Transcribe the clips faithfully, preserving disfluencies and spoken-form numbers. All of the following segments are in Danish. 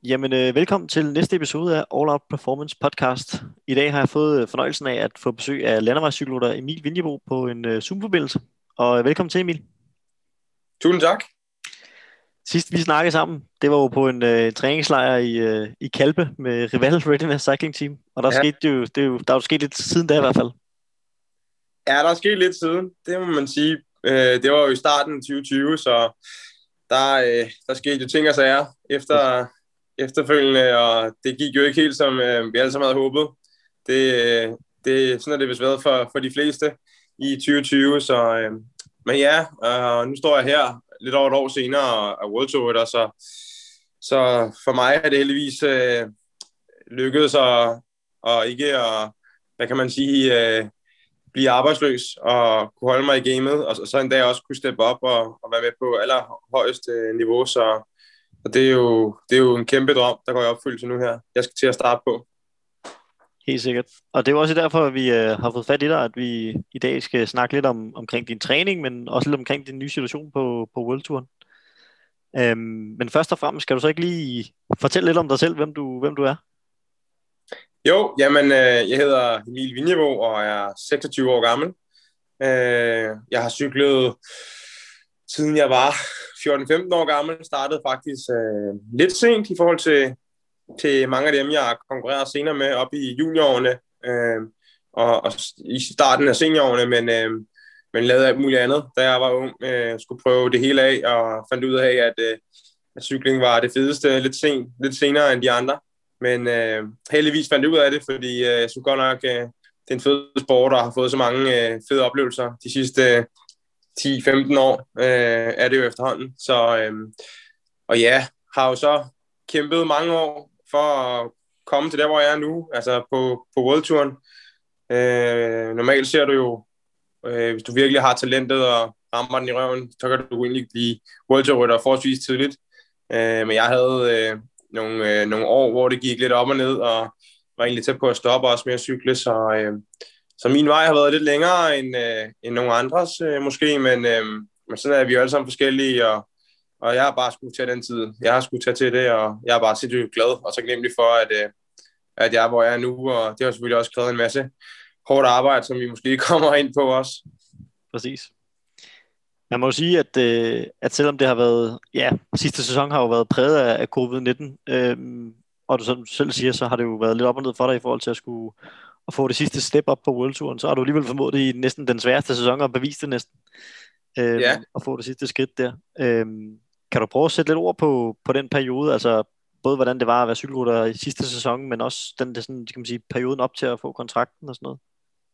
Jamen, øh, velkommen til næste episode af All Out Performance Podcast. I dag har jeg fået øh, fornøjelsen af at få besøg af landevejscykelrytter Emil Vinjebo på en øh, Zoom-forbindelse. Og øh, velkommen til, Emil. Tusind tak. Sidst vi snakkede sammen, det var jo på en øh, træningslejr i, øh, i Kalpe med Rival Readiness Cycling Team. Og der, Ja. skete jo, det er jo, der er jo sket lidt siden da i hvert fald. Ja, der er sket lidt siden, det må man sige. Øh, det var jo i starten af tyve tyve, så der, øh, der skete jo ting og sager efter, efterfølgende, og det gik jo ikke helt, som øh, vi alle sammen havde håbet. Det, øh, det, sådan er det vist været for, for de fleste i tyve tyve, så, øh, men ja, øh, nu står jeg her lidt over et år senere og er World Tour rytter, så, så for mig er det heldigvis øh, lykkedes at, og ikke at, hvad kan man sige, øh, blive arbejdsløs og kunne holde mig i gamet, og så en dag også kunne steppe op og, og være med på allerhøjeste niveau, så, så det, er jo, det er jo en kæmpe drøm, der går i opfyldelse nu her. Jeg skal til at starte på. Helt sikkert. Og det er jo også derfor, at vi øh, har fået fat i dig, at vi i dag skal snakke lidt om, omkring din træning, men også lidt omkring din nye situation på, på World Touren. Øhm, men først og fremmest, skal du så ikke lige fortælle lidt om dig selv, hvem du, hvem du er? Jo, jamen, øh, jeg hedder Emil Vinjebo og er seksogtyve år gammel. Øh, jeg har cyklet, siden jeg var fjorten femten år gammel, startede faktisk øh, lidt sent i forhold til, til mange af dem, jeg har konkurreret senere med op i juniorårene øh, og, og i starten af seniorårene, men, øh, men lavede alt muligt andet, da jeg var ung. Øh, skulle prøve det hele af og fandt ud af, at, øh, at cykling var det fedeste lidt, sent, lidt senere end de andre. Men øh, heldigvis fandt jeg ud af det, fordi øh, jeg synes godt nok, øh, det er en fed sport, og har fået så mange øh, fede oplevelser de sidste øh, ti femten år, øh, er det jo efterhånden. Så, øh, og ja, har jo så kæmpet mange år for at komme til der, hvor jeg er nu, altså på, på World Touren. Øh, normalt ser du jo, øh, hvis du virkelig har talentet og rammer den i røven, så kan du egentlig blive World Tour rytter forholdsvis tidligt. Øh, men jeg havde... Øh, Nogle, øh, nogle år, hvor det gik lidt op og ned, og var egentlig tæt på at stoppe også med at cykle, så, øh, så min vej har været lidt længere end, øh, end nogle andres øh, måske, men, øh, men sådan er vi jo alle sammen forskellige, og, og jeg har bare skulle tage den tid, jeg har skulle tage til det, og jeg er bare sindssygt glad og taknemmelig for, at, øh, at jeg er, hvor jeg er nu, og det har selvfølgelig også krævet en masse hårdt arbejde, som vi måske kommer ind på også. Præcis. Man må jo sige, at, øh, at selvom det har været, ja, sidste sæson har jo været præget af, af covid nitten, øh, og du som selv siger, så har det jo været lidt op og ned for dig i forhold til at skulle at få det sidste step op på World Touren, så har du alligevel formået det i næsten den sværeste sæson og bevist det næsten, øh, Ja. at få det sidste skridt der. Øh, kan du prøve at sætte lidt ord på, på den periode, altså både hvordan det var at være cykelrytter i sidste sæson, men også den der sådan, kan man sige, perioden op til at få kontrakten og sådan noget?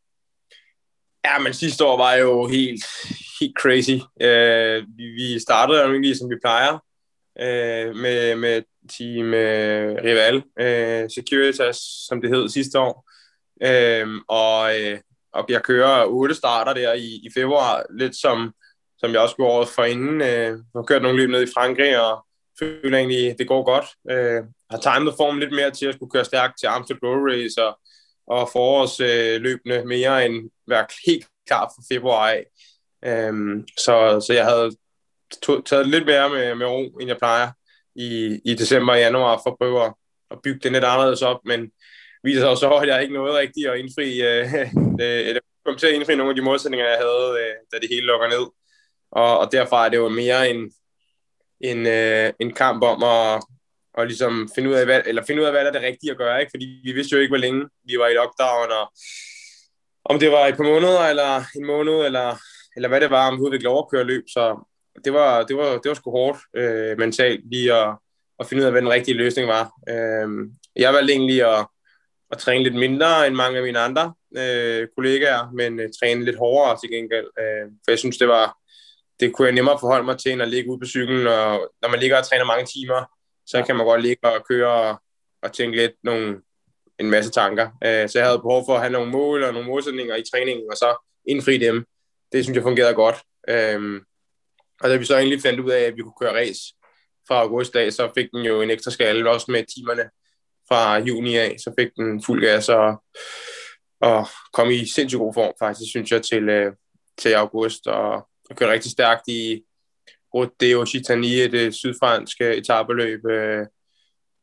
Ja, men sidste år var jo helt, helt crazy. Uh, vi, vi startede jo egentlig, som vi plejer, uh, med, med team uh, Rival, uh, Securitas, som det hed sidste år. Uh, og, uh, og jeg kører otte starter der i, i februar, lidt som, som jeg også gjorde året forinden. Uh, jeg har kørt nogle løb ned i Frankrig, og føler egentlig, det går godt. Uh, har timet formen lidt mere til at skulle køre stærkt til Amstel Gold Race, og og forårsløbende øh, mere end være helt klar for februar af. Øhm, så, så jeg havde to- taget lidt mere med, med ro, end jeg plejer i, i december og januar, for at prøve at, at bygge det lidt anderledes op, men viser sig så, at jeg ikke nåede rigtigt at indfri, øh, øh, eller kom til at indfri nogle af de målsætninger, jeg havde, øh, da det hele lukker ned. Og, og derfor er det jo mere en, en, øh, en kamp om at og ligesom finde ud af, hvad, eller finde ud af, hvad der er det rigtige at gøre, ikke? Fordi vi vidste jo ikke, hvor længe vi var i lockdown, og om det var et par måneder, eller en måned, eller, eller hvad det var, om vi udvikler overkøre løb, så det var, det var, det var sgu hårdt øh, mentalt lige at, at finde ud af, hvad den rigtige løsning var. Øh, jeg valgte egentlig at, at træne lidt mindre end mange af mine andre øh, kollegaer, men øh, træne lidt hårdere til gengæld, øh, for jeg synes, det var, det kunne jeg nemmere forholde mig til, end at ligge ude på cyklen, og når man ligger og træner mange timer, så kan man godt ligge og køre og, og tænke lidt nogle, en masse tanker. Uh, så jeg havde behov for at have nogle mål og nogle målsætninger i træningen, og så indfri dem. Det synes jeg fungerede godt. Uh, og da vi så egentlig fandt ud af, at vi kunne køre race fra augustdag, så fik den jo en ekstra skalle, også med timerne fra juni af, så fik den fuld gas og, og kom i sindssygt god form, faktisk, synes jeg, til, uh, til august, og, og kørte rigtig stærkt i Rodeo Gitanie, det sydfranske etapeløb, øh,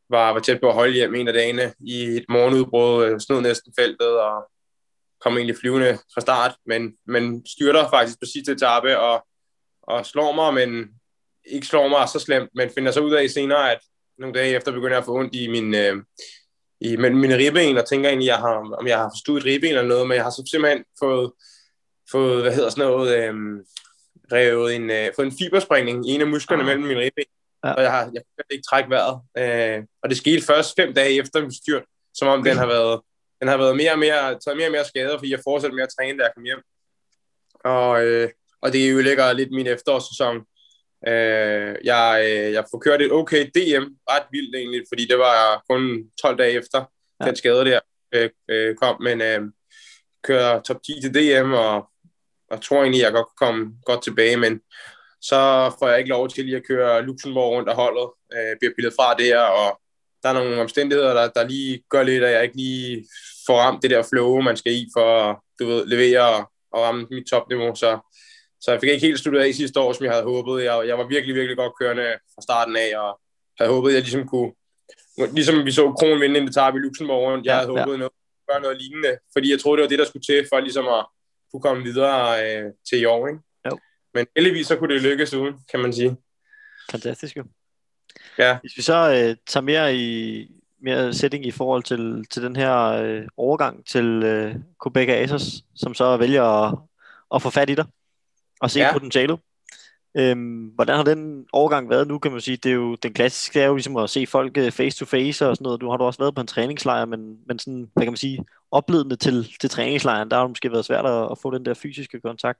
var, var tæt på at holde hjem en af dagene i et morgenudbrud, snød næsten feltet og kom egentlig flyvende fra start, men, men styrter faktisk på sidste etape og, og slår mig, men ikke slår mig så slemt, men finder så ud af senere, at nogle dage efter begynder jeg at få ondt i min, øh, i mine ribben, og tænker egentlig, jeg har, om jeg har forstået ribben eller noget, men jeg har så simpelthen fået, fået hvad hedder sådan noget, øh, revet en, øh, fået en fibersprængning i en af musklerne ah. mellem mine ribben, ja. Og jeg har jeg kan ikke trække vejret. Øh, og det skete først fem dage efter min styrt, som om den har været, den har været mere og mere, taget mere og mere skader, fordi jeg fortsætter med at træne, da jeg kom hjem. Og, øh, og det ødelægger lidt min efterårssæson. Øh, jeg, øh, jeg får kørt et okay D M, ret vildt egentlig, fordi det var kun tolv dage efter, ja. Den skade der øh, øh, kom, men øh, kører top ti til D M, og, og tror egentlig, jeg godt kan komme godt tilbage, men så får jeg ikke lov til lige at køre Luxembourg rundt af holdet, øh, bliver pillet fra det her, og der er nogle omstændigheder, der, der lige gør lidt, at jeg ikke lige får ramt det der flow, man skal i for, du ved, levere og, og ramme mit topniveau, så Så jeg fik ikke helt sluttet af sidste år, som jeg havde håbet. Jeg, jeg var virkelig, virkelig godt kørende fra starten af, og havde håbet, at jeg ligesom kunne, ligesom vi så Kron vinde en etape i Luxembourg rundt, jeg havde ja, håbet, ja. Noget, at gøre noget lignende, fordi jeg troede, det var det, der skulle til, for ligesom at kunne komme videre øh, til i år, ikke? Jo. Men heldigvis så kunne det lykkes uden, kan man sige. Fantastisk jo. Ja. Hvis vi så øh, tager mere i mere setting i forhold til, til den her øh, overgang til øh, Quebec Asos, som så vælger at, at få fat i dig og se ja. Potentialet. Øhm, hvordan har den overgang været nu, kan man sige? Det er jo, den klassiske det er jo ligesom at se folk face to face og sådan noget. Du har du også været på en træningslejr, men, men sådan, hvad kan man sige, opledende til, til træningslejren, der har det måske været svært at, at få den der fysiske kontakt.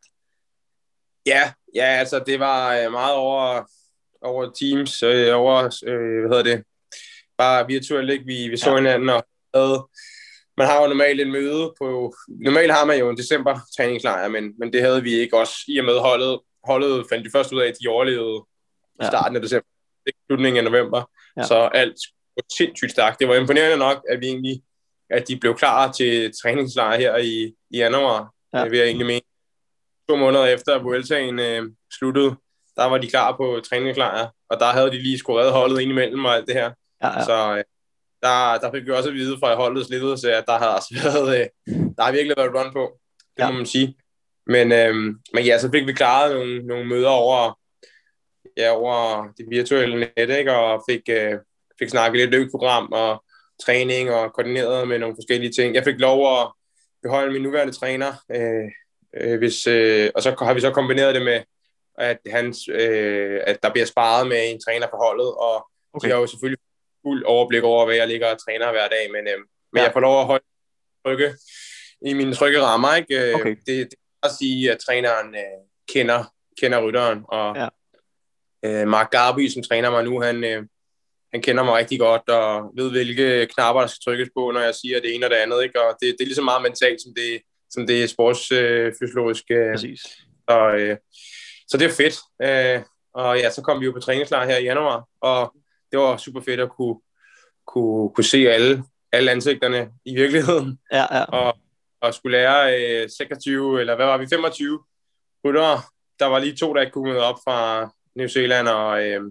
Ja, ja, altså det var meget over, over Teams, øh, over, øh, hvad hedder det, bare virtuelt, ikke? Vi, vi så ja. hinanden og havde, man har jo normalt en møde på, normalt har man jo en december træningslejr, men, men det havde vi ikke også i og med holdet. Holdet fandt de først ud af, at de overlevede i starten af december, slutningen af november, ja. Så alt var sindssygt stærkt. Det var imponerende nok, at vi egentlig, at de blev klar til træningslejr her i, i januar, ja. Ved jeg egentlig mene. To måneder efter, at Vueltaen øh, sluttede, der var de klar på træningslejr, og der havde de lige skulle redde holdet ind imellem og alt det her. Ja, ja. Så øh, der, der fik vi også at vide fra holdets ledelse, at der har også været, øh, der har virkelig været run på, det ja. Må man sige. Men, øhm, men ja, så fik vi klaret nogle, nogle møder over, ja, over det virtuelle net, ikke? Og fik, øh, fik snakket lidt løbprogram og træning og koordineret med nogle forskellige ting. Jeg fik lov at beholde min nuværende træner, øh, øh, hvis, øh, og så har vi så kombineret det med, at, hans, øh, at der bliver sparet med en træner på holdet, og okay. De har jo selvfølgelig fuld overblik over, hvad jeg ligger og træner hver dag, men, øh, men ja. Jeg får lov at holde trygge i mine trygge rammer, ikke? Okay. Det, det at sige, at træneren øh, kender, kender rytteren, og ja. øh, Mark Garby, som træner mig nu, han, øh, han kender mig rigtig godt, og ved, hvilke knapper, der skal trykkes på, når jeg siger det ene og det andet, ikke? Og det, det er lige så meget mentalt, som det, som det er sportsfysiologisk. Øh, Præcis. så, øh, så det er fedt. Øh, og ja, så kom vi jo på træningslejr her i januar, og det var super fedt at kunne, kunne, kunne se alle, alle ansigterne i virkeligheden. Ja, ja. Og og skulle lære øh, seksogtyve, eller hvad var vi, femogtyve ryttere. Der var lige to, der ikke kunne møde op fra New Zealand og, øh,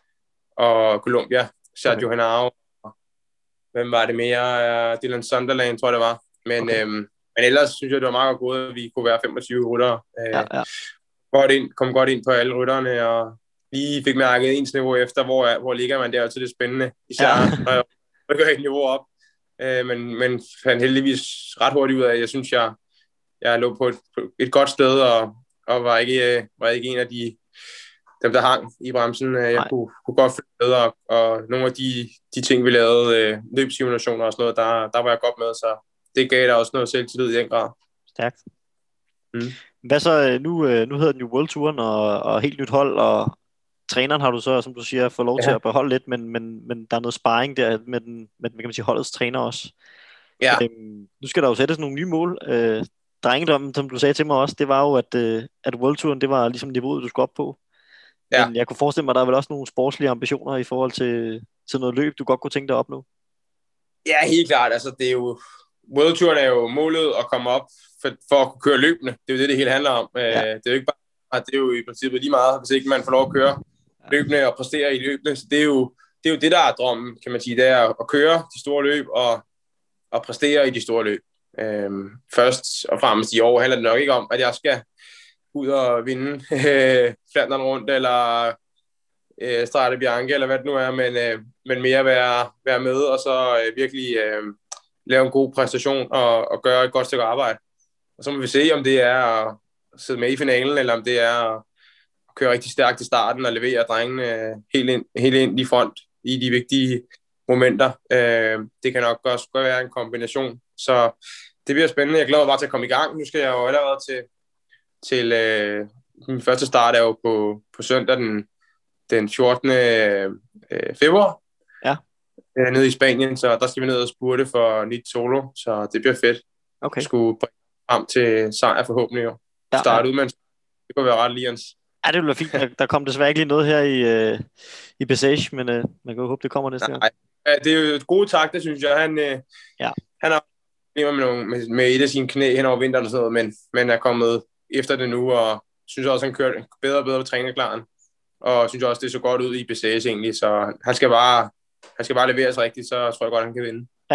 og Colombia. Sergio okay. Henao. Hvem var det mere? Dylan Sunderland, tror jeg, det var. Men, okay. øhm, men ellers synes jeg, det var meget godt, at vi kunne være femogtyve ryttere. Øh, ja, ja. Godt ind, kom godt ind på alle rytterne, og lige fik mærket ens niveau efter, hvor, hvor ligger man der, så det er spændende. Især ja. Når jeg rykker et niveau op. Øh, men, men fandt heldigvis ret hurtigt ud af, at jeg synes, jeg, jeg lå på et, et godt sted, og, og var, ikke, var ikke en af de dem, der hang i bremsen. Jeg Nej. kunne, kunne godt følge med, og, og nogle af de, de ting, vi lavede, øh, løbssimulationer og sådan noget, der, der var jeg godt med, så det gav der også noget selvtillid i den grad. Stærkt. Mm. Hvad så, nu, nu hedder den jo World Touren, og, og helt nyt hold, og træneren har du så, som du siger, fået lov til ja. At beholde lidt, men, men, men der er noget sparring der med, den, med kan man sige, holdets træner også. Ja. Øhm, nu skal der jo sættes nogle nye mål. Øh, drengedrømmen, som du sagde til mig også, det var jo, at, øh, at World Touren, det var ligesom niveauet, du skulle op på. Ja. Men jeg kunne forestille mig, at der er vel også nogle sportslige ambitioner i forhold til, til noget løb, du godt kunne tænke dig at opnå. Ja, helt klart. Altså, det er jo, World Touren er jo målet at komme op for, for at kunne køre løbende. Det er jo det, det hele handler om. Ja. Øh, det er jo ikke bare, det er jo i princippet lige meget, hvis ikke man får lov at køre løbende og præstere i løbende. Så det er jo, det er jo det, der er drømmen, kan man sige, det er at køre de store løb og, og præstere i de store løb. Øhm, først og fremmest i år handler det nok ikke om, at jeg skal ud og vinde øh, Flandern rundt, eller øh, Strade Bianche, eller hvad det nu er, men, øh, men mere være, være med, og så øh, virkelig øh, lave en god præstation og, og gøre et godt stykke arbejde. Og så må vi se, om det er at sidde med i finalen, eller om det er at køre rigtig stærkt i starten og levere drengene øh, helt, ind, helt ind i front i de vigtige momenter. Øh, det kan nok også være en kombination. Så det bliver spændende. Jeg glæder mig bare til at komme i gang. Nu skal jeg jo allerede til, til øh, min første start er jo på, på søndag den, den fjortende Øh, februar. Ja. Øh, nede i Spanien, så der skal vi ned og spurte for Nit Solo, så det bliver fedt. Okay. Jeg skulle frem til sejr forhåbentlig jo. Ja, Starte ja. ud, men det kunne være ret lige ens. Ja, det ville være fint. Der, der kom desværre ikke lige noget her i, øh, i Bessage, men øh, man kan jo håbe, det kommer næste Nej. gang. Ja, det er jo et gode takter, synes jeg. Han, øh, ja. han har problemer med, nogle, med, med et af sine knæ hen over vinteren og sådan noget, men, men er kommet efter det nu, og synes også, han kører bedre og bedre på trænerklaren. Og synes også, det så godt ud i Bessage egentlig, så han skal bare, han skal bare leveres rigtigt, så tror jeg godt, han kan vinde. Ja.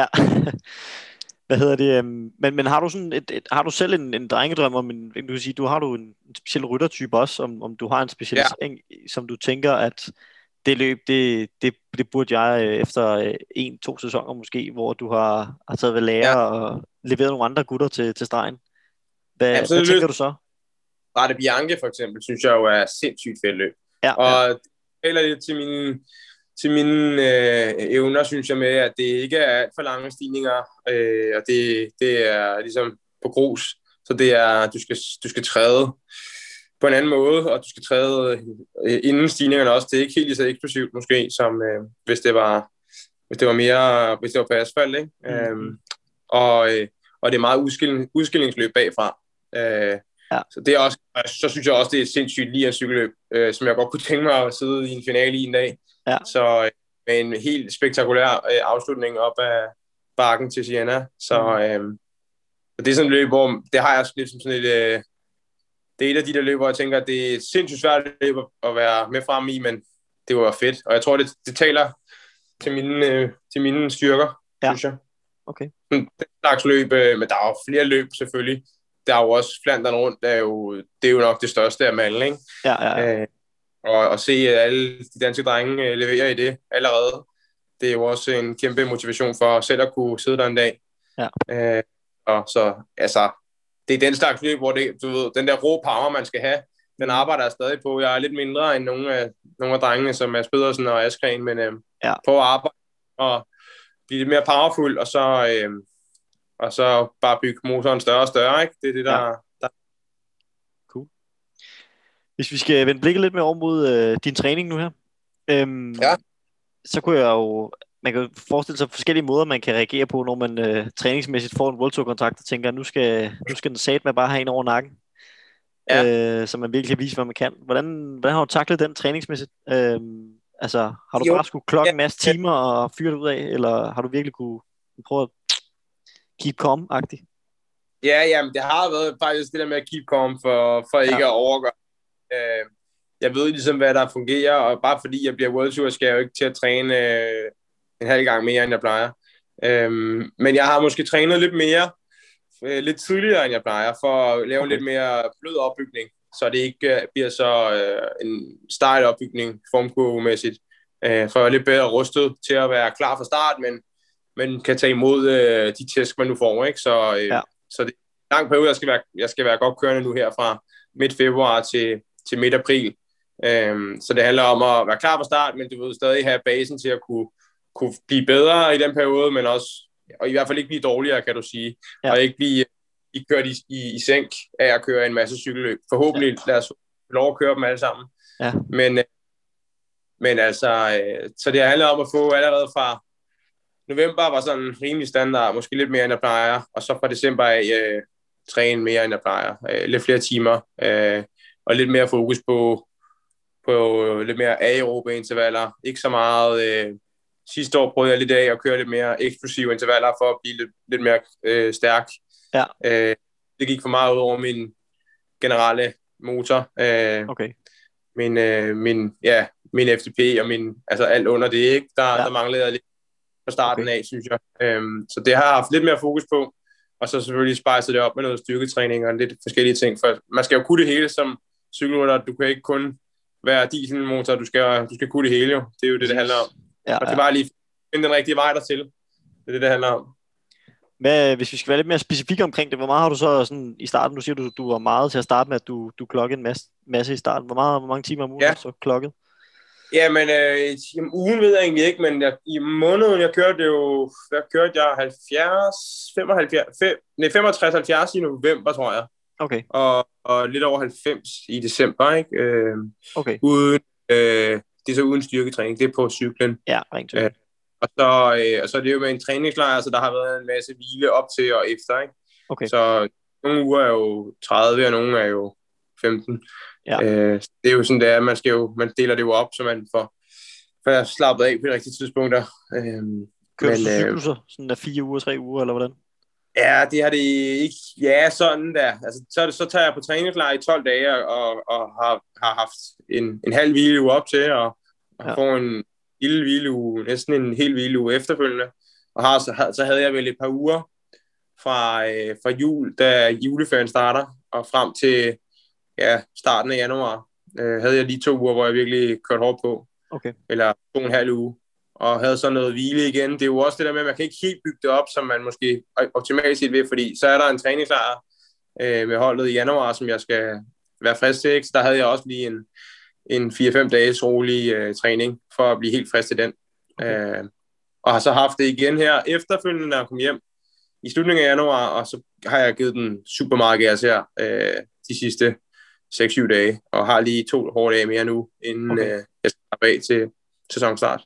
Hvad hedder det? Men, men har du sådan et, et, har du selv en, en drengedrøm om en, du kan sige, du har du en, en speciel ryttertype også, om, om du har en specialisering, ja. Som du tænker, at det løb, det, det, det burde jeg efter en, to sæsoner måske, hvor du har, har taget ved lære ja. Og leveret nogle andre gutter til, til stregen. Hvad, ja, hvad tænker løb, du så? Strade Bianche for eksempel, synes jeg jo er sindssygt fedt løb. Ja, og ja. det taler lidt til mine, til mine øh, evner, synes jeg med, at det ikke er alt for lange stigninger, øh, og det, det er ligesom på grus, så det er, du skal, du skal træde på en anden måde, og du skal træde øh, inden stigningerne også. Det er ikke helt lige så eksplosivt måske, som øh, hvis det var hvis det var mere, hvis det var på asfalt, ikke? Mm. Øhm, og, øh, og det er meget udskilling, udskillingsløb bagfra. Øh, Ja. Så det er også, så synes jeg også, det er sindssygt lige en cykelløb, øh, som jeg godt kunne tænke mig at sidde i en finale i en dag. Ja. Så øh, med en helt spektakulær øh, afslutning op af bakken til Siena. Så mm. øh, det er sådan et løb, hvor det har jeg lidt som sådan et, øh, det er et af de der løb, hvor jeg tænker, at det er sindssygt svært løb at være med frem i, men det var fedt. Og jeg tror, det, det taler til mine, øh, til mine styrker, ja. synes jeg. Okay. Den slags løb, øh, men der er jo flere løb selvfølgelig. Der er jo også Flandern rundt, det er jo, det er jo nok det største af dem alle, ikke? Ja, ja, ja. Øh, og at se at alle de danske drenge øh, levere i det allerede, det er jo også en kæmpe motivation for selv at kunne sidde der en dag. Ja. Øh, og så, altså, det er den slags løb, hvor det, du ved, den der rå power, man skal have, den arbejder jeg stadig på. Jeg er lidt mindre end nogle af, nogle af drengene, som er Pedersen og Askren, men øh, ja. på at arbejde og blive lidt mere powerful, og så... Øh, og så bare bygge motoren større og større, ikke? Det er det, der... Ja. der... Cool. Hvis vi skal vende blikket lidt mere over mod øh, din træning nu her, øhm, ja. så kunne jeg jo... Man kan jo forestille sig forskellige måder, man kan reagere på, når man øh, træningsmæssigt får en World Tour-kontrakt og tænker, nu skal, nu skal den sat med bare have en over nakken, ja. øh, så man virkelig kan vise, hvad man kan. Hvordan, hvordan har du taklet den træningsmæssigt? Øhm, altså, har du jo. bare skulle klokke en masse timer og fyre det ud af, eller har du virkelig kunne prøve at keep calm-agtigt? Ja, jamen, det har været faktisk det der med at keep calm, for, for ikke ja. at overgøre. Øh, jeg ved ligesom, hvad der fungerer, og bare fordi jeg bliver World Tour, skal jeg jo ikke til at træne øh, en halv gang mere, end jeg plejer. Øh, men jeg har måske trænet lidt mere, øh, lidt tidligere, end jeg plejer, for at lave okay. lidt mere blød opbygning, så det ikke øh, bliver så øh, en stejl opbygning, formkurvemæssigt, øh, for at være lidt bedre rustet til at være klar fra start, men men kan tage imod øh, de tæsk, man nu får, ikke? Så, øh, ja. så det er en lang periode, jeg skal være, jeg skal være godt kørende nu her fra midt februar til, til midt april. Øhm, så det handler om at være klar fra start, men du ved stadig have basen til at kunne, kunne blive bedre i den periode, men også, og i hvert fald ikke blive dårligere, kan du sige. Ja. Og ikke blive ikke kørt i, i, i sænk af at køre en masse cykelløb. Forhåbentlig ja. lad os lov at køre dem alle sammen. Ja. Men, øh, men altså, øh, så det handler om at få allerede fra november var sådan rimelig standard, måske lidt mere end jeg plejer, og så fra december af øh, træne mere end jeg plejer, øh, lidt flere timer, øh, og lidt mere fokus på, på øh, lidt mere aerobe intervaller, ikke så meget, øh, sidste år prøvede jeg lidt af at køre lidt mere eksplosive intervaller, for at blive lidt, lidt mere øh, stærk. Ja. Øh, det gik for meget ud over min generelle motor, øh, okay. min, øh, min, ja, min F T P og min, altså alt under det, ikke? Der, ja. der manglede jeg lidt fra starten okay. af, synes jeg. Øhm, så det har jeg haft lidt mere fokus på, og så selvfølgelig spejset det op med noget styrketræning og lidt forskellige ting, for man skal jo kunne det hele som cykelrytter. Du kan ikke kun være dieselmotor, du skal, du skal kunne det hele jo. Det er jo det, det handler om. Ja, ja. Og det er bare lige finde den rigtige vej dertil. Det er det, det handler om. Hvad, hvis vi skal være lidt mere specifikke omkring det, hvor meget har du så sådan i starten, du siger, du, du var meget til at starte med, at du, du klokkede en masse, masse i starten. Hvor, meget, hvor mange timer om ugen ja. har du så klokket? Jamen, øh, i ugen ved jeg egentlig ikke, men jeg, i måneden, jeg kørte jo, hvad kørte jeg? halvfjerds, femoghalvfjerds, fem, nej, femogtres halvfjerds i november, tror jeg. Okay. Og, og lidt over halvfems i december, ikke? Øh, okay. Uden, øh, det er så uden styrketræning, det er på cyklen. Ja, rent øh, og, så, øh, og så er det jo med en træningslejr, så der har været en masse hvile op til og efter, ikke? Okay. Så nogle uger er jo tredive, og nogle er jo femten. Ja. Øh, det er jo sådan, det er. Man, skal jo, man deler det jo op, så man får, får slappet af på de rigtige tidspunkter. Øh, Kører du så cykluser? Sådan der fire uger, tre uger, eller hvordan? Ja, det har det ikke. Ja, sådan der. Altså, så, så tager jeg på træningslejr i tolv dage, og, og har, har haft en, en halv hvileuge op til, og, og ja. får en lille hvileuge, næsten en hel hvileuge efterfølgende. Og har, så, så havde jeg vel et par uger fra, øh, fra jul, da juleferien starter, og frem til ja, starten af januar, øh, havde jeg lige to uger, hvor jeg virkelig kørte hårdt på. Okay. Eller to og en halv uge. Og havde så noget hvile igen. Det er jo også det der med, at man kan ikke helt bygge det op, som man måske optimalt set vil, fordi så er der en træningslejr øh, med holdet i januar, som jeg skal være frisk til. Ikke? Så der havde jeg også lige en, en fire fem dages rolig øh, træning, for at blive helt frisk til den. Okay. Øh, og har så haft det igen her efterfølgende, når jeg kom hjem i slutningen af januar, og så har jeg givet den super meget gas her øh, de sidste seks syv dage, og har lige to hårde dage mere nu, inden okay. øh, jeg skal bag til sæsonstart.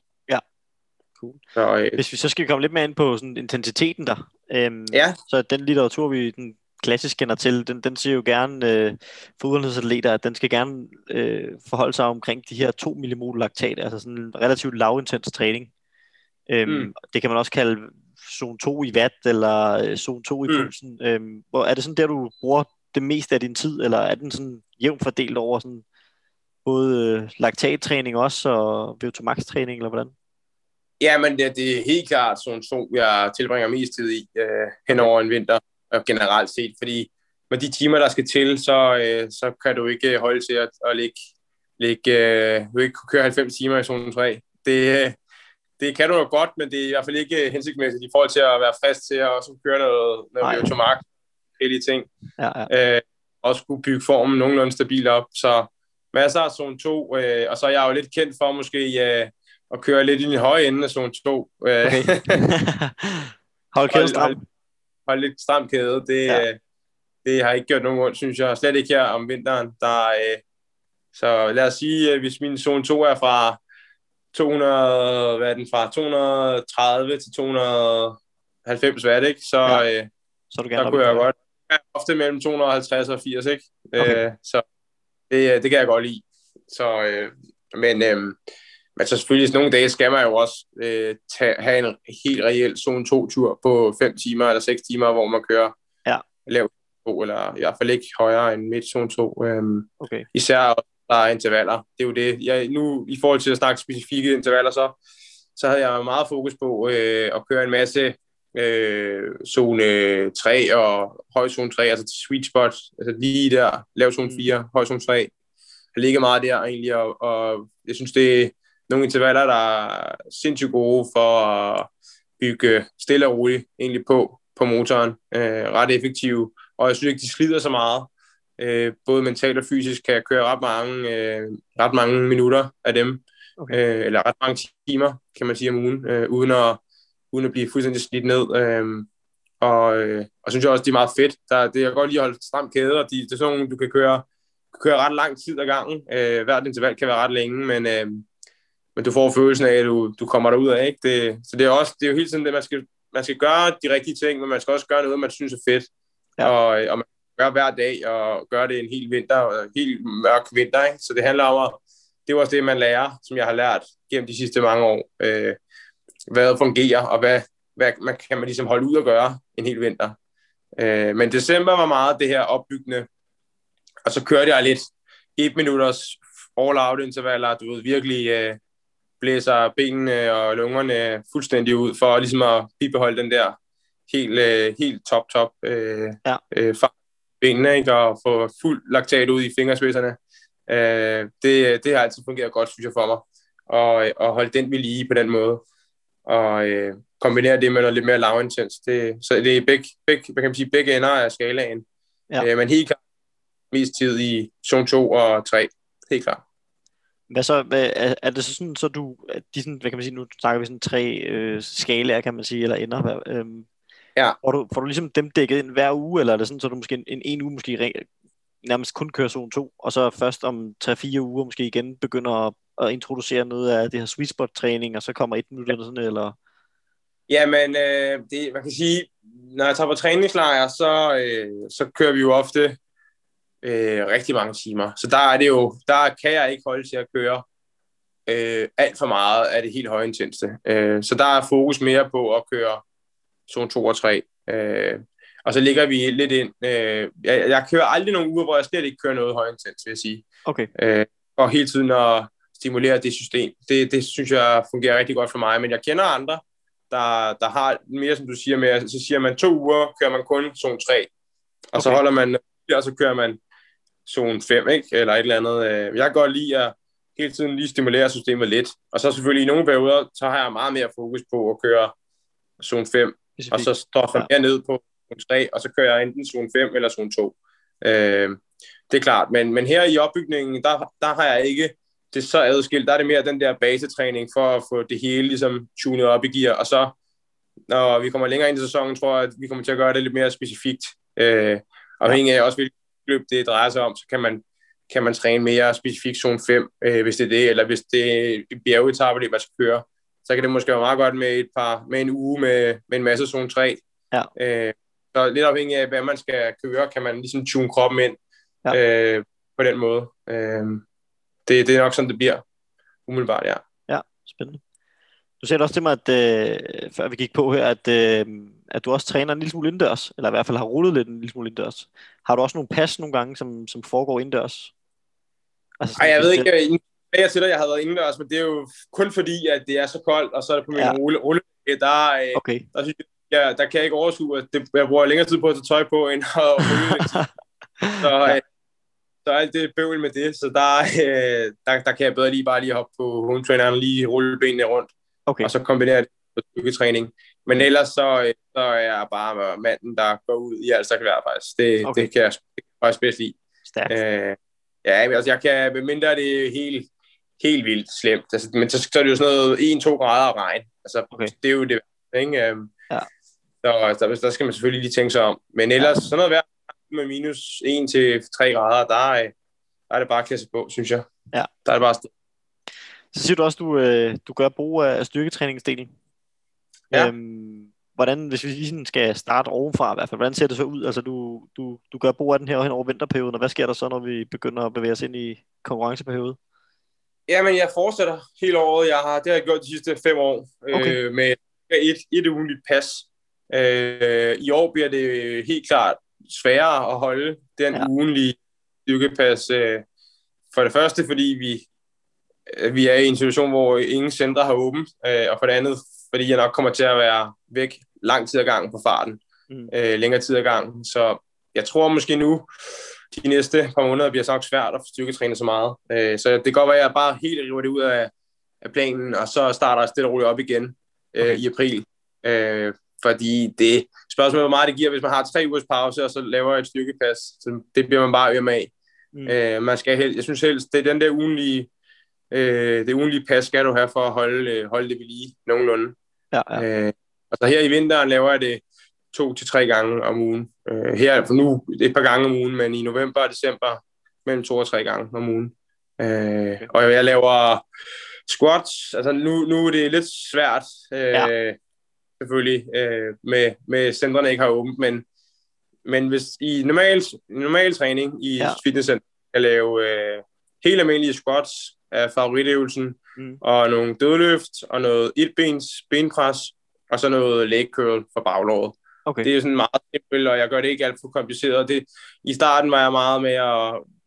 Cool. Så, øh, Hvis vi så skal komme lidt mere ind på sådan intensiteten der, øhm, ja. så den litteratur, vi den klassisk kender til, den, den siger jo gerne øh, for udenrigsatleter, at den skal gerne øh, forholde sig omkring de her to millimol laktat, altså sådan en relativt lavintens træning. Øhm, mm. Det kan man også kalde zone to i watt, eller øh, zone to i mm. pulsen. Øhm, hvor, er det sådan der, du bruger det meste af din tid, eller er den sådan jævnt fordelt over sådan både øh, laktattræning også, og V O to max træning, eller hvordan? Ja, men det, det er helt klart sådan to, jeg tilbringer mest tid i øh, hen over en vinter, og generelt set, fordi med de timer, der skal til, så, øh, så kan du ikke holde til at, at ligge, ligge øh, du ikke kunne køre halvfems timer i zone tre. Det, det kan du jo godt, men det er i hvert fald ikke hensigtsmæssigt i forhold til at være frisk til at også køre noget, noget V O to max, forskellige ting. Ja, ja. Øh, også kunne bygge formen nogenlunde stabilt op, så masser af zone to, øh, og så er jeg jo lidt kendt for måske øh, at køre lidt i den høje ende af zone to. Øh. Okay. Hold kæden stram. Hold, hold lidt stram kæde, det, ja. det har ikke gjort nogen ondt, synes jeg, slet ikke her om vinteren. Der, øh, så lad os sige, at hvis min zone to er fra to hundrede, hvad er den fra, to hundrede og tredive til to hundrede og halvfems watt, ikke? Så, ja. øh, så du gerne der kunne jeg godt. Jeg er ofte mellem to hundrede og halvtreds og firs, ikke? Okay. Øh, så det, det kan jeg godt lide. Så, øh, men, øh, men så selvfølgelig, nogle dage skal man jo også øh, tage, have en helt reel zone to-tur på fem timer eller seks timer, hvor man kører ja. lavt to, eller i hvert fald ikke højere end midt zone to. Øh, okay. Især der er intervaller. Det er jo det. Jeg, nu, i forhold til at snakke specifikke intervaller, så, så havde jeg meget fokus på øh, at køre en masse øh, zone tre og høj zone tre, altså sweet spot, altså lige der, lav zone fire, mm. høj zone tre. Jeg ligger meget der egentlig, og, og jeg synes, det er nogle intervaller, der er sindssygt gode for at bygge stille og roligt egentlig på, på motoren. Øh, ret effektive, og jeg synes ikke, de slider så meget. Øh, både mentalt og fysisk kan jeg køre ret mange, øh, ret mange minutter af dem, okay. øh, eller ret mange timer, kan man sige, om ugen, øh, uden, at, uden at blive fuldstændig slidt ned. Øh, og, øh, og synes jeg også, de er meget fedt. Der, det, jeg kan godt lide at holde stram kæde, og de, det er sådan nogle, du kan køre, køre ret lang tid ad gangen. Øh, hvert interval kan være ret længe, men, øh, men du får følelsen af, at du, du kommer derud af. Ikke? Det, så det er, også, det er jo hele tiden det, man skal, man skal gøre de rigtige ting, men man skal også gøre noget, man synes er fedt. Ja. Og, og man gør hver dag, og gøre det en hel vinter, og en helt mørk vinter, ikke? Så det handler om at, det er også det, man lærer, som jeg har lært gennem de sidste mange år, øh, hvad fungerer, og hvad, hvad man, kan man ligesom holde ud og gøre en hel vinter. Øh, men december var meget det her opbyggende, og så kørte jeg lidt et minutters all-out intervaller, du ved, virkelig øh, blæser benene og lungerne fuldstændig ud, for ligesom at bibeholde den der helt, øh, helt top, top øh, Ja. øh, fart i benene, ikke? Og få fuld laktat ud i fingerspidserne. Øh, det, det har altid fungeret godt, synes jeg, for mig. Og, og holde den ved lige på den måde. Og øh, kombinere det med noget lidt mere lavintens. Det, så det er begge, begge, man kan sige, begge ender af skalaen. Ja. Øh, men helt klart mest tid i zone to og tre. Helt klart. Hvad så, hvad, er, er det så sådan, så du, de sådan, hvad kan man sige, nu snakker vi sådan tre øh, skalaer, kan man sige, eller ender, hvad, øhm, ja. får, du, får du ligesom dem dækket ind hver uge, eller er det sådan, så du måske en, en, en uge måske nærmest kun kører zone to, og så først om tre fire uger måske igen begynder at, at introducere noget af det her sweet spot træning, og så kommer et minut eller sådan, eller? Jamen, øh, det, man kan sige, når jeg tager på træningslejr, så, øh, så kører vi jo ofte øh, rigtig mange timer. Så der er det jo, der kan jeg ikke holde til at køre øh, alt for meget af det helt højintense. Øh, så der er fokus mere på at køre zone to og tre. Øh, og så ligger vi lidt ind. Øh, jeg, jeg kører aldrig nogle uger, hvor jeg slet ikke kører noget højintens, vil jeg sige. Okay. Øh, og hele tiden at stimulere det system. Det, det synes jeg fungerer rigtig godt for mig. Men jeg kender andre, der, der har mere, som du siger, med, så siger man to uger, kører man kun zone tre. Og okay. Så holder man, og så kører man zone fem, ikke? Eller et eller andet. Jeg kan godt lide at hele tiden lige stimulere systemet lidt. Og så selvfølgelig i nogle perioder, så har jeg meget mere fokus på at køre zone fem, og så står jeg mere ned på zone tre, og så kører jeg enten zone fem eller zone to. Øh, det er klart, men, men her i opbygningen, der, der har jeg ikke det så adskilt. Der er det mere den der basetræning for at få det hele ligesom tunet op i gear, og så når vi kommer længere ind i sæsonen, tror jeg, at vi kommer til at gøre det lidt mere specifikt. Øh, afhængig af også, hvilket løb det drejer sig om, så kan man, kan man træne mere specifikt zone fem, øh, hvis det er det, eller hvis det er bjergetaper, det man skal køre. Så kan det måske være meget godt med et par, med en uge med, med en masse zone tre. Ja. Øh, så lidt afhængig af, hvad man skal køre, kan man ligesom tune kroppen ind ja. øh, på den måde. Øh, det, det er nok sådan, det bliver umiddelbart, ja. Ja, spændende. Du sagde også til mig, at øh, før vi gik på her, at, øh, at du også træner en lille smule indendørs, eller i hvert fald har rullet lidt en lille smule indendørs. Har du også nogle pas nogle gange, som, som foregår indendørs? Altså, Ej, jeg ved ikke, jeg, jeg til dig, jeg har været indendørs, men det er jo kun fordi, at det er så koldt, og så er det på min ja. rulle, rulle. Der, øh, okay. der, synes jeg, jeg, der kan jeg ikke overskue, at det, jeg bruger længere tid på at tage tøj på, end at rulle. så, ja. øh, så alt det bøvl med det, så der, øh, der, der kan jeg bedre lige bare lige hoppe på home traineren og lige rulle benene rundt. Okay. Og så kombinere det med styrketræning. Men ellers så, så er jeg bare manden, der går ud i alt, så kan være faktisk. Det, okay. det kan jeg faktisk bedst lide. Stærkt. Øh, ja, altså jeg kan, medmindre det er helt, helt vildt slemt. Altså, men så, så er det jo sådan noget en til to grader og regn. Altså, okay. Det er jo det, ikke? Um, ja. Så der, der skal man selvfølgelig lige tænke sig om. Men ellers, ja. sådan noget vejr med minus en til tre grader, der er, der er det bare at kasse på, synes jeg. Ja. Der er det bare sted. Så siger du også, du, øh, du gør brug af styrketræningsdelen. Ja. Øhm, hvordan, hvis vi lige skal starte ovenfra i hvert fald, hvordan ser det så ud? Altså du, du, du gør brug af den her hen over vinterperioden, og hvad sker der så, når vi begynder at bevæge os ind i konkurrenceperiode? Jamen, jeg fortsætter hele året. Jeg har, det har jeg gjort de sidste fem år okay. øh, med et, et ugenligt pas. Øh, I år bliver det helt klart sværere at holde den ja. ugenlige styrkepas. Øh, for det første, fordi vi vi er i en situation, hvor ingen centre har åbent, øh, og for det andet, fordi jeg nok kommer til at være væk lang tid ad gangen på farten, mm. øh, længere tid ad gangen. Så jeg tror måske nu, de næste par måneder bliver så svært at få styrketræne så meget. Øh, så det kan godt være, at jeg bare helt river det ud af, af planen, og så starter jeg stille og roligt op igen øh, okay. i april. Øh, fordi det spørgsmålet, hvor meget det giver, hvis man har tre ugers pause, og så laver et styrkepas. Så det bliver man bare ømme af. Mm. Øh, man skal helst, jeg synes helst, det er den der ugenlige Øh, det ugenlige pas skal du have for at holde, holde det ved lige nogenlunde. Ja, ja. Øh, og så her i vinteren laver jeg det to til tre gange om ugen. Øh, her for nu et par gange om ugen, men i november og december mellem to og tre gange om ugen. Øh, okay. Og jeg laver squats. Altså nu, nu er det lidt svært, øh, ja. selvfølgelig, øh, med, med centrene ikke har åbent, men, men hvis i normal, normal træning i ja. fitnesscenter kan lave øh, helt almindelige squats af favoritøvelsen, mm. og nogle dødløft, og noget etbens benpres, og så noget leg curl for baglåret. Okay. Det er jo sådan meget simpelt, og jeg gør det ikke alt for kompliceret. Det, I starten var jeg meget med at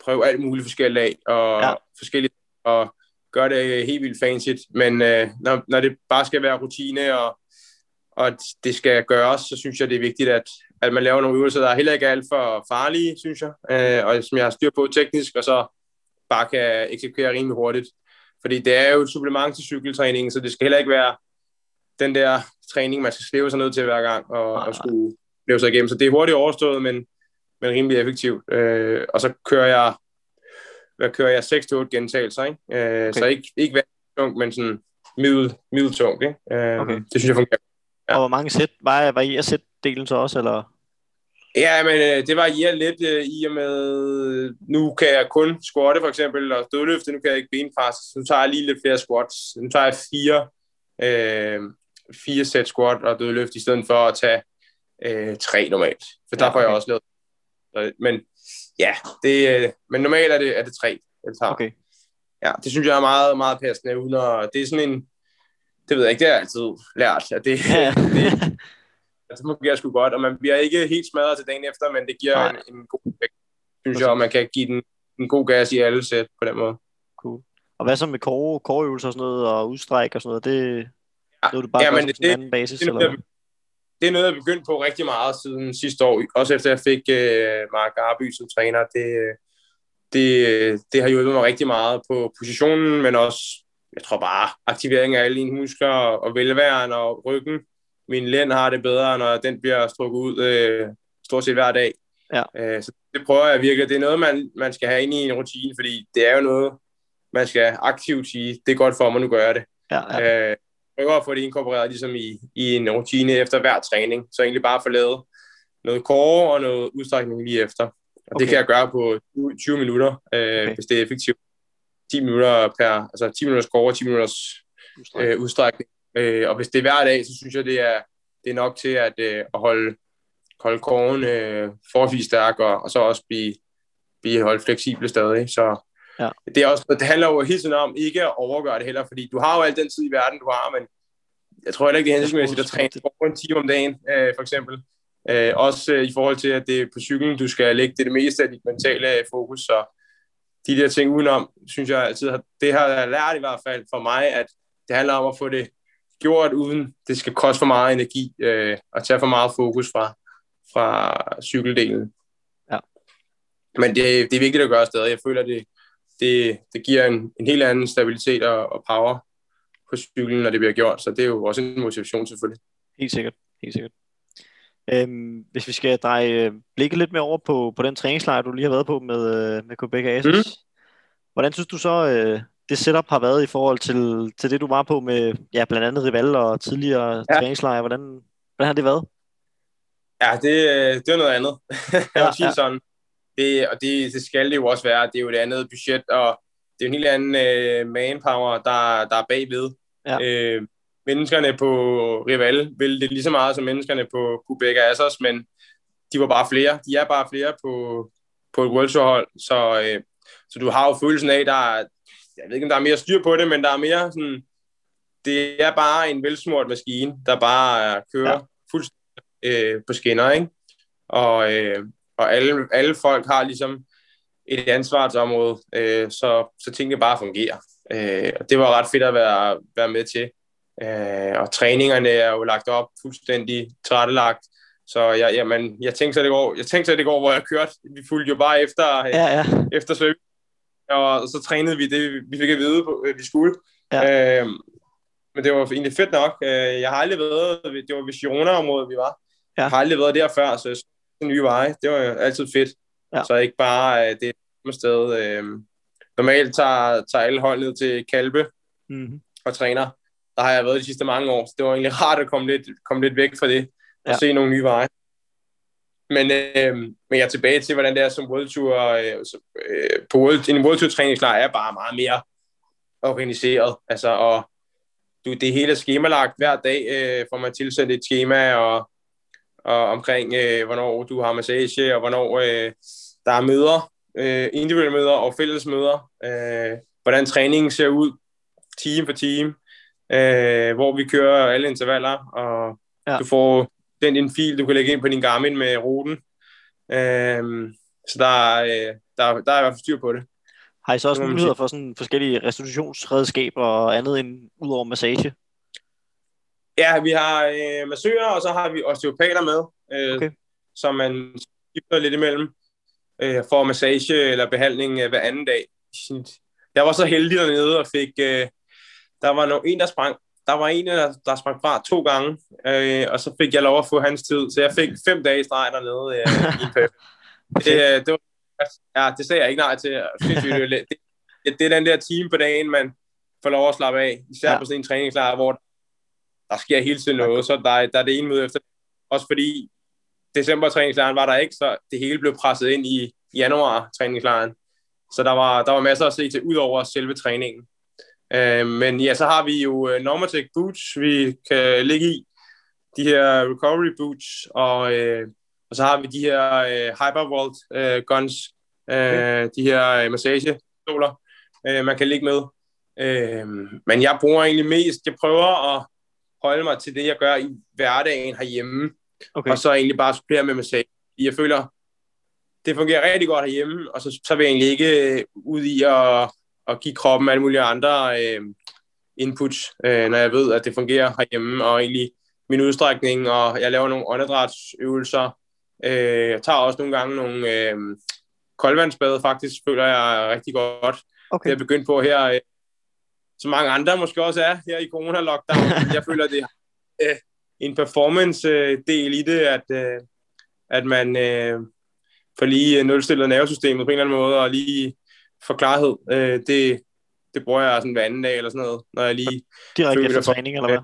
prøve alt muligt forskelligt af, og Ja. forskelligt, og gøre det helt vildt fancy, men øh, når, når det bare skal være rutine, og, og det skal gøres, så synes jeg, det er vigtigt, at, at man laver nogle øvelser, der er heller ikke alt for farlige, synes jeg, øh, og som jeg har styr på teknisk, og så bare kan eksekvere rimelig hurtigt. Fordi det er jo et supplement til cykeltræningen, så det skal heller ikke være den der træning, man skal slæve sig ned til hver gang, og, og skulle leve sig igennem. Så det er hurtigt overstået, men, men rimelig effektivt. Øh, og så kører jeg, hvad kører jeg, seks til otte gentagelser, ikke? Øh, okay. Så ikke, ikke værd tungt, men sådan middel, middeltungt, ikke? Øh, okay. Det synes jeg fungerer. Ja. Og hvor mange sæt? Var, var I at sæt-delen så også, eller? Ja, men øh, det varierer lidt øh, i og med, nu kan jeg kun squatte for eksempel, og dødløfte, nu kan jeg ikke benpres, så nu tager jeg lige lidt flere squats. Nu tager jeg fire, øh, fire sæt squat og dødløft, i stedet for at tage øh, tre normalt. For der ja, okay. får jeg også lavet. Men ja, det, øh, men normalt er det, er det tre. Det tager. Okay. Ja, det synes jeg er meget, meget passende, uden at, det er sådan en, det ved jeg ikke, det har jeg altid lært, at det, ja. det det fungerer sgu godt, og man bliver ikke helt smadret til dagen efter, men det giver en, en god effekt, synes jeg, og man kan give den en god gas i alle sæt på den måde. Cool. Og hvad så med core, coreøvelser og sådan noget, og udstræk og sådan noget, det ja, noget, du bare ja, gør men som det, sådan en anden basis? Det, eller? Det er noget, jeg begyndte på rigtig meget siden sidste år, også efter jeg fik uh, Mark Garby som træner. Det, det, det har hjulpet mig rigtig meget på positionen, men også, jeg tror bare, aktivering af alle dine muskler, og velværen og ryggen. Min lænd har det bedre, når den bliver strukket ud øh, stort set hver dag. Ja. Øh, så det prøver jeg virkelig. Det er noget, man, man skal have ind i en rutine, fordi det er jo noget, man skal aktivt sige, det er godt for mig, nu gør jeg det. Ja, ja. Øh, prøver at få det inkorporeret ligesom i, i en rutine efter hver træning. Så egentlig bare få lavet noget core og noget udstrækning lige efter. Og okay. Det kan jeg gøre på tyve minutter, øh, okay. hvis det er effektivt. ti minutter per, altså ti minutters core og ti minutters øh, udstrækning. Øh, og hvis det er hver dag, så synes jeg, det er, det er nok til at, øh, at holde, holde koren øh, forholdsvis stærk, og, og så også blive, blive holdt fleksible stadig. Så ja. det, er også, det handler jo hele tiden om ikke at overgøre det heller, fordi du har jo al den tid i verden, du har, men jeg tror heller ikke, det er hensigtsmæssigt at træne for en time om dagen, øh, for eksempel. Øh, også øh, i forhold til, at det er på cyklen, du skal lægge det, det meste af dit mentale fokus, så de der ting udenom, synes jeg altid, det har jeg lært i hvert fald for mig, at det handler om at få det gjort, uden det skal koste for meget energi øh, og tage for meget fokus fra, fra cykeldelen. Ja. Men det, det er vigtigt at gøre stadig. Jeg føler, det, det, det giver en, en helt anden stabilitet og, og power på cyklen, når det bliver gjort. Så det er jo også en motivation selvfølgelig. Helt sikkert. Helt sikkert. Øhm, hvis vi skal dreje blikket lidt mere over på, på den træningslejr, du lige har været på med, med Quebec Aces. Mm. Hvordan synes du så... Øh, det setup har været i forhold til, til det, du var på med ja, blandt andet Rival og tidligere ja. træningslejre? Hvordan, hvordan har det været? Ja, det, det er noget andet. Jeg ja, vil sige ja. sådan. Det, og det, det skal det jo også være. Det er jo et andet budget, og det er en helt anden uh, manpower, der, der er bagved. Ja. Uh, menneskerne på Rival ville det lige så meget som menneskerne på Quebec Aces, men de var bare flere. De er bare flere på, på et World Tour hold, så, uh, så du har jo følelsen af, der er jeg ved ikke, om der er mere styr på det, men der er mere sådan, det er bare en velsmurt maskine, der bare kører ja. fuldstændig øh, på skinner, ikke? Og, øh, og alle, alle folk har ligesom et ansvarsområde, øh, så, så tingene bare fungerer. Øh, og det var ret fedt at være, være med til. Øh, og træningerne er jo lagt op, fuldstændig tilrettelagt. Så jeg, jamen, jeg tænkte så det går, jeg tænkte så det går, hvor jeg kørte. Vi fulgte jo bare efter, øh, ja, ja. efter svøm. Og så trænede vi det, vi fik at vide, at vi skulle. Ja. Øh, men det var egentlig fedt nok. Jeg har aldrig været, det var ved Girona-området, vi var. Ja. Jeg har aldrig været der før, så så nye veje, det var altid fedt. Ja. Så ikke bare det er sted. Øh, normalt tager, tager alle hold ned til Kalpe mm-hmm. og træner. Der har jeg været de sidste mange år, så det var egentlig rart at komme lidt, komme lidt væk fra det og ja. se nogle nye veje. Men, øh, men jeg er tilbage til, hvordan det er som World Tour. Øh, øh, på World, en World Tour træningslejr er bare meget mere organiseret. Altså, og du, det hele er skemalagt hver dag, øh, får man tilsendt et schema, og, og omkring, øh, hvornår du har massage, og hvornår øh, der er møder, øh, individuelle møder og fælles møder. Øh, hvordan træningen ser ud, time for time, øh, hvor vi kører alle intervaller, og ja. du får den en fil, du kan lægge ind på din Garmin med ruten. Øhm, så der er, øh, der der, der er i hvert fald styr på det. Har I så også Det må man muligheder sige. for sådan forskellige restitutionsredskaber og andet end ud over massage? Ja, vi har øh, massører, og så har vi osteopater med, øh, Okay. som man skifter lidt imellem øh, for massage eller behandling øh, hver anden dag. Jeg var så heldig dernede og fik, øh, der var no, en, der sprang, der var en, der, der sprang fra to gange, øh, og så fik jeg lov at få hans tid, så jeg fik fem dage i streg dernede øh, i en periode. Det, øh, det, var, ja, det sagde jeg ikke nej til. Sindssygt, det, det, det er den der time på dagen, man får lov at slappe af, især ja. På sådan en træningslejr, hvor der sker hele tiden noget, så der, der er det ene møde efter. Også fordi december-træningslejren var der ikke, så det hele blev presset ind i januar-træningslejren. Så der var, der var masser at se til, ud over selve træningen. Øh, men ja, så har vi jo Normatec boots, vi kan ligge i. De her recovery boots, og, øh, og så har vi de her øh, Hypervolt øh, guns, øh, okay. De her massagestoler, øh, man kan ligge med. Øh, men jeg bruger egentlig mest, jeg prøver at holde mig til det, jeg gør i hverdagen herhjemme, okay. Og så egentlig bare supplere med massage. Jeg føler, det fungerer rigtig godt herhjemme, og så, så vil jeg egentlig ikke ud i at, at give kroppen alle mulige andre øh, inputs, øh, når jeg ved, at det fungerer herhjemme, og egentlig min udstrækning, og jeg laver nogle åndedrætsøvelser. Øh, jeg tager også nogle gange nogle øh, koldvandsbade, faktisk, føler jeg rigtig godt. Okay. Det er jeg begyndt på her, øh, som mange andre måske også er her i corona-lockdown. Jeg føler, det er øh, en performance-del i det, at, øh, at man øh, får lige nulstillet nervesystemet på en eller anden måde, og lige får klarhed. Øh, det, det bruger jeg sådan hver anden dag, eller sådan noget, når jeg lige... Direkte efter træning, eller hvad?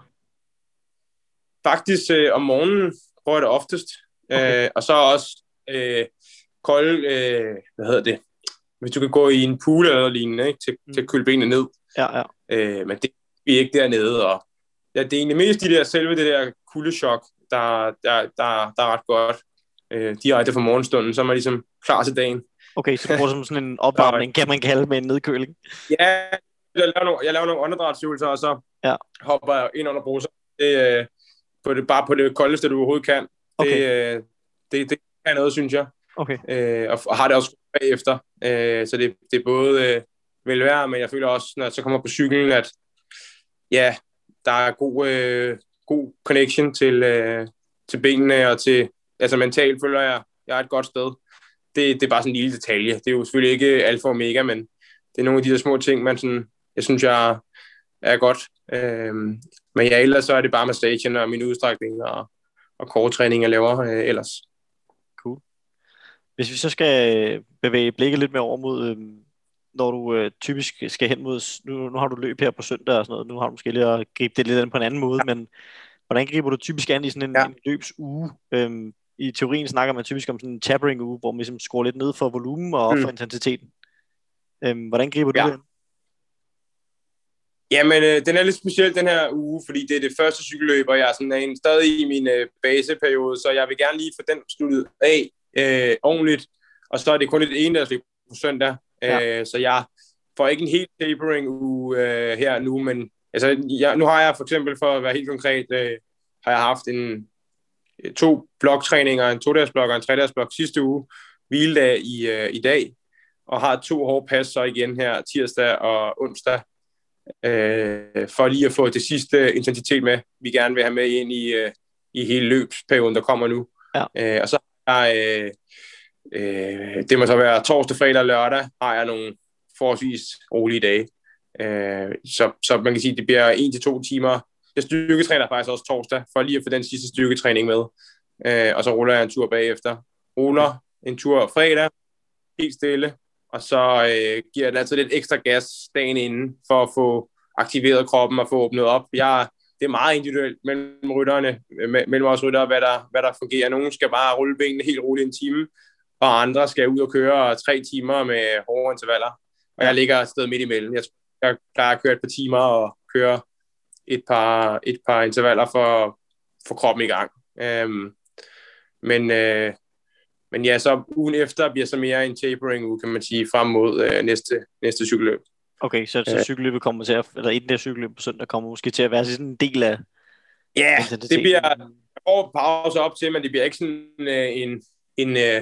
Faktisk øh, om morgenen bruger jeg det oftest. Okay. Øh, og så også øh, kold, øh, hvad hedder det, hvis du kan gå i en pool eller noget lignende, ikke, til, mm. til at køle benene ned. Ja, ja. Øh, men det er ikke dernede, og ja, det er egentlig mest de der, selve det der kuldechok, der, der, der, der er ret godt. Øh, direkte fra morgenstunden, så er man ligesom klar til dagen. Okay, så du bruger som sådan en opvarmning, kan man kalde med en nedkøling? Ja, jeg laver nogle, jeg laver nogle åndedrætsøvelser, og så ja. hopper jeg ind under bruser. Det, øh, på det, bare på det koldeste, du overhovedet kan. Okay. Det, øh, det, det kan noget, synes jeg. Okay. Øh, og, og har det også bagefter. Øh, så det, det er både øh, velvære, men jeg føler også, når jeg så kommer på cyklen, at ja, der er god, øh, god connection til, øh, til benene, og til, altså mentalt føler jeg, jeg er et godt sted. Det, det er bare sådan en lille detalje. Det er jo selvfølgelig ikke alfa og omega, men det er nogle af de der små ting, man sådan, jeg synes, jeg er godt. Øhm, men ja, ellers så er det bare massagen og min udstrækning og, og core-træning, jeg laver øh, ellers. Cool. Hvis vi så skal bevæge blikket lidt mere over mod, øh, når du øh, typisk skal hen mod, nu, nu har du løb her på søndag og sådan noget, nu har du måske lige at gribe det lidt an på en anden måde, ja. Men hvordan griber du typisk an i sådan en, ja. en løbsuge? Øhm, I teorien snakker man typisk om sådan en tapering uge, hvor man ligesom skruer lidt ned for volumen og op mm. for intensiteten. Øhm, hvordan griber du ja. det? Jamen, øh, den er lidt speciel den her uge, fordi det er det første cykelløb, og jeg er sådan en, stadig i min øh, baseperiode, så jeg vil gerne lige få den sluttet af øh, ordentligt, og så er det kun et endagsløb på søndag, ja. øh, så jeg får ikke en helt tapering uge øh, her nu, men altså, jeg, nu har jeg for eksempel, for at være helt konkret, øh, har jeg haft en to bloktræninger, en to-dages-blok og en tre-dages-blok sidste uge, hviledag i, øh, i dag, og har to hårde pas så igen her tirsdag og onsdag, øh, for lige at få det sidste intensitet med, vi gerne vil have med ind i, øh, i hele løbsperioden, der kommer nu. Ja. Øh, og så har jeg, øh, øh, det må så være torsdag, fredag og lørdag, har jeg nogle forholdsvis rolige dage. Øh, så, så man kan sige, at det bliver en til to timer. Jeg styrketræner faktisk også torsdag, for lige at få den sidste styrketræning med. Øh, og så ruller jeg en tur bagefter. Ruller en tur fredag, helt stille, og så øh, giver jeg den altid lidt ekstra gas dagen inden, for at få aktiveret kroppen og få åbnet op. Jeg, det er meget individuelt mellem rytterne, mellem os ryttere, hvad der, hvad der fungerer. Nogle skal bare rulle benene helt roligt en time, og andre skal ud og køre tre timer med hårde intervaller. Og jeg ligger et sted midt imellem. Jeg, jeg plejer at køre et par timer og køre et par, et par intervaller for, for kroppen i gang. Øhm, men, øh, men ja, så ugen efter bliver så mere en tapering uge, kan man sige, frem mod øh, næste, næste cykelløb. Okay, så, så cykelløbet kommer til at, eller inden der cykelløb på søndag kommer måske til at være sådan en del af ja, yeah, det bliver, jeg får pause op til, men det bliver ikke sådan øh, en, en, øh,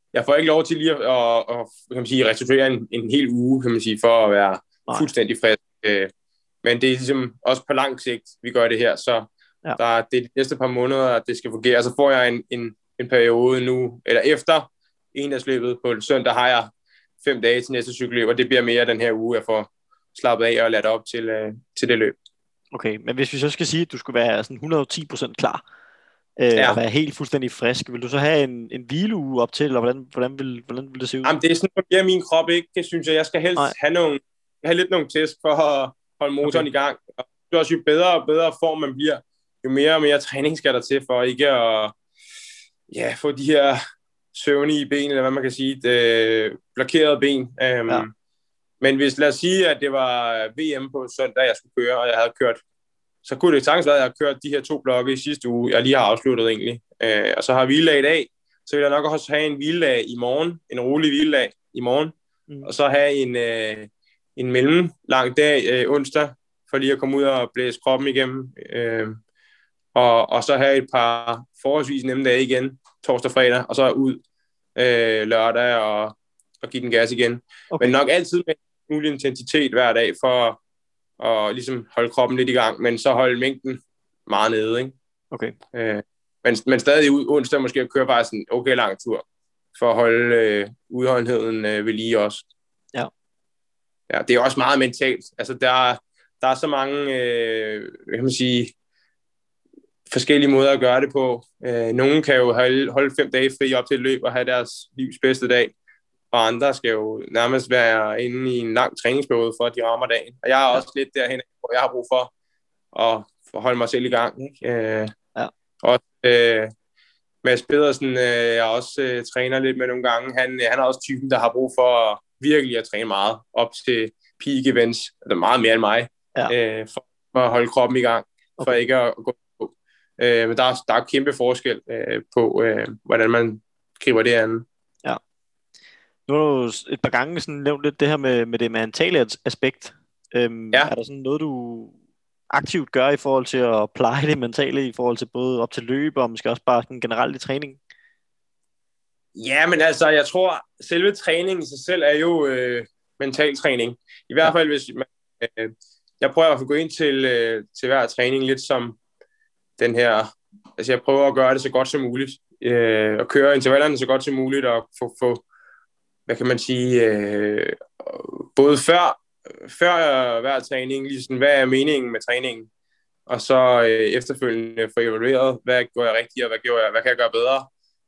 jeg får ikke lov til lige at, at, at kan man sige, restituere en, en hel uge, kan man sige, for at være Nej. fuldstændig frisk. Øh, men det er ligesom også på lang sigt, vi gør det her, så ja. der, det er de næste par måneder, at det skal fungere. Så får jeg en, en, en periode nu, eller efter endagsløbet på søndag, har jeg fem dage til næste cykelløb, og det bliver mere den her uge, jeg får slappet af og ladt op til, øh, til det løb. Okay, men hvis vi så skal sige, at du skulle være sådan hundrede og ti procent klar, øh, ja. og være helt fuldstændig frisk, vil du så have en, en hvileuge op til, eller hvordan, hvordan, vil, hvordan vil det se ud? Jamen, det er sådan, at min krop ikke, det synes jeg. Jeg skal helst have, nogle, have lidt nogle test for at holde motoren okay. i gang. Og det er også jo bedre og bedre form man bliver, jo mere og mere træning skal der til, for ikke at ja, få de her søvnige ben, eller hvad man kan sige, det, blokerede ben. Um, ja. Men hvis, lad os sige, at det var V M på søndag, jeg skulle køre, og jeg havde kørt, så kunne det sagtens være, at jeg havde kørt de her to blokke i sidste uge, jeg lige har afsluttet egentlig. Uh, og så har jeg hviledag i dag, så vil jeg nok også have en hviledag i morgen, en rolig hviledag i morgen, mm. og så have en, uh, en mellemlang dag uh, onsdag, for lige at komme ud og blæse kroppen igennem. Uh, og, og så have et par forholdsvis nemme dage igen, torsdag og fredag, og så ud uh, lørdag og, og give den gas igen. Okay. Men nok altid med mulig intensitet hver dag, for at ligesom holde kroppen lidt i gang, men så holde mængden meget nede, ikke? Okay. Øh, men, men stadig ud onsdag måske at køre faktisk en okay lang tur, for at holde øh, udholdenheden øh, ved lige også. Ja. Ja, det er også meget mentalt. Altså, der, der er så mange, øh, hvad kan man sige, forskellige måder at gøre det på. Øh, nogle kan jo holde, holde fem dage fri op til et løb og have deres livs bedste dag, og andre skal jo nærmest være inde i en lang træningsperiode, for at de rammer dagen. Og jeg er også lidt derhen, hvor jeg har brug for at holde mig selv i gang. Ikke? Øh, ja. Og øh, Mads Pedersen, øh, jeg også øh, træner lidt med nogle gange, han, han er også typen, der har brug for virkelig at træne meget op til peak events, eller meget mere end mig, ja. øh, for, for at holde kroppen i gang, okay. for ikke at, at gå på. Øh, men der er, der er kæmpe forskel øh, på, øh, hvordan man griber det an. Ja. Nu har du et par gange sådan nævnt lidt det her med, med det mentale aspekt. Øhm, ja. Er der sådan noget, du aktivt gør i forhold til at pleje det mentale, i forhold til både op til løb, og måske også bare sådan generelt i træning? Ja, men altså, jeg tror, selve træningen i sig selv er jo øh, mental træning. I hvert fald, hvis man, øh, jeg prøver at gå ind til, øh, til hver træning lidt som den her, altså jeg prøver at gøre det så godt som muligt, øh, og køre intervallerne så godt som muligt, og få, få hvad kan man sige, øh, både før, før hver træning, ligesom, hvad er meningen med træningen, og så øh, efterfølgende få evalueret, hvad gør jeg rigtigt, og hvad, gjorde jeg, hvad kan jeg gøre bedre.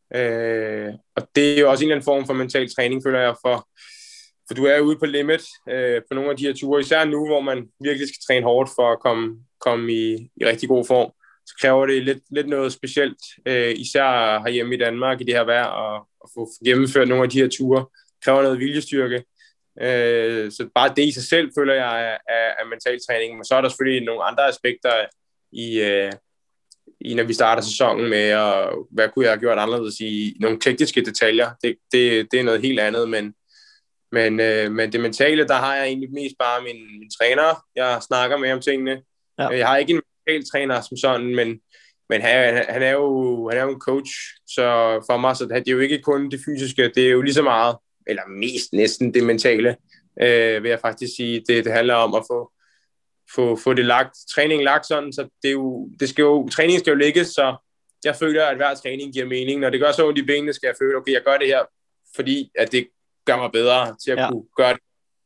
Øh, og det er jo også en eller anden form for mental træning, føler jeg, for, for du er ude på limit øh, på nogle af de her ture, især nu, hvor man virkelig skal træne hårdt for at komme, komme i, i rigtig god form, så kræver det lidt, lidt noget specielt, øh, især herhjemme i Danmark i det her vejr, og at få gennemført nogle af de her ture, kræver noget viljestyrke. Øh, så bare det i sig selv, føler jeg, er, er, er mental træning, men så er der selvfølgelig nogle andre aspekter i, øh, i når vi starter sæsonen med, og hvad kunne jeg have gjort anderledes i nogle tekniske detaljer. Det, det, det er noget helt andet, men, men, øh, men det mentale, der har jeg egentlig mest bare min, min træner, jeg snakker med om tingene. Ja. Jeg har ikke en mental træner som sådan, men, men han, han, er jo, han er jo en coach, så for mig, så det er jo ikke kun det fysiske, det er jo lige så meget, eller mest næsten det mentale, øh, vil jeg faktisk sige. Det, det handler om at få, få, få det lagt, træning lagt sådan, så det er jo, det skal jo, træningen skal jo ligge, så jeg føler, at hver træning giver mening. Når det gør så ondt i benene, skal jeg føle, okay, jeg gør det her, fordi at det gør mig bedre til at ja. kunne gøre det.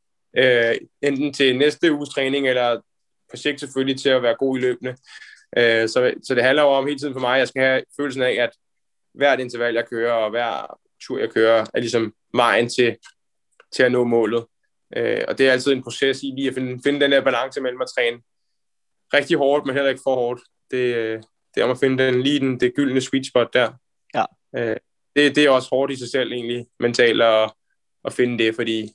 Øh, enten til næste uges træning, eller på sigt selvfølgelig til at være god i løbende. Øh, så, så det handler jo om hele tiden for mig, at jeg skal have følelsen af, at hvert interval, jeg kører, og hver tur, jeg kører, er ligesom vejen til, til at nå målet. Øh, og det er altid en proces i lige at finde, finde den der balance mellem at træne rigtig hårdt, men heller ikke for hårdt. Det, det er om at finde den, lige den, det gyldne sweet spot der. Ja. Øh, det, det er også hårdt i sig selv egentlig, mentalt at, at finde det, fordi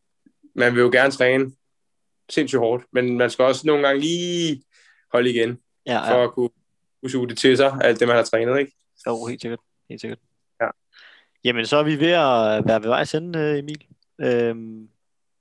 man vil jo gerne træne sindssygt hårdt, men man skal også nogle gange lige holde igen, ja, ja. for at kunne, kunne suge det til sig, alt det man har trænet, ikke? Jo, helt sikkert. Helt sikkert. Ja. Jamen, så er vi ved at være ved vejs ende, Emil. Øhm,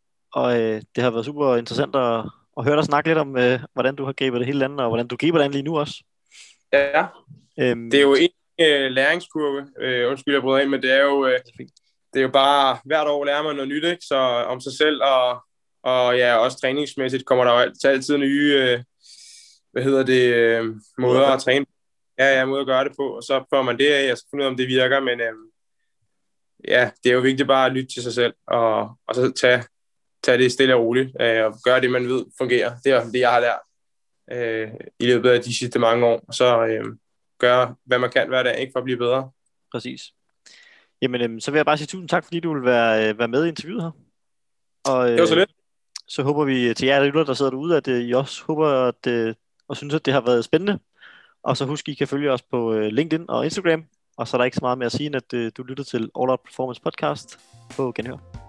og øh, det har været super interessant at, at høre dig snakke lidt om, øh, hvordan du har grebet det hele andet, og hvordan du griber det an lige nu også. Ja, øhm, det er jo en øh, læringskurve, øh, undskyld, jeg bryder ind, men det er jo, øh, det er jo bare, hvert år lærer man noget nyt, ikke? Så om sig selv, og, og ja, også træningsmæssigt kommer der jo altid, altid nye, øh, hvad hedder det, øh, måder at træne. Ja, ja, måder at gøre det på, og så får man det af, og så finder ud af, om det virker, men øh, ja, det er jo vigtigt bare at lytte til sig selv, og, og så tage, tage det stille og roligt, øh, og gøre det, man ved fungerer. Det er det, jeg har lært øh, i løbet af de sidste mange år, og så øh, gøre, hvad man kan hver dag, ikke, for at blive bedre. Præcis. Jamen, øhm, så vil jeg bare sige tusind tak, fordi du vil være, øh, være med i interviewet her. Og, øh, det var så lidt. Så håber vi til jer, der sidder derude, at øh, I også håber, at, øh, og synes, at det har været spændende. Og så husk, I kan følge os på øh, LinkedIn og Instagram. Og så er der ikke så meget mere at sige, end at øh, du lytter til All Out Performance Podcast på Genhør.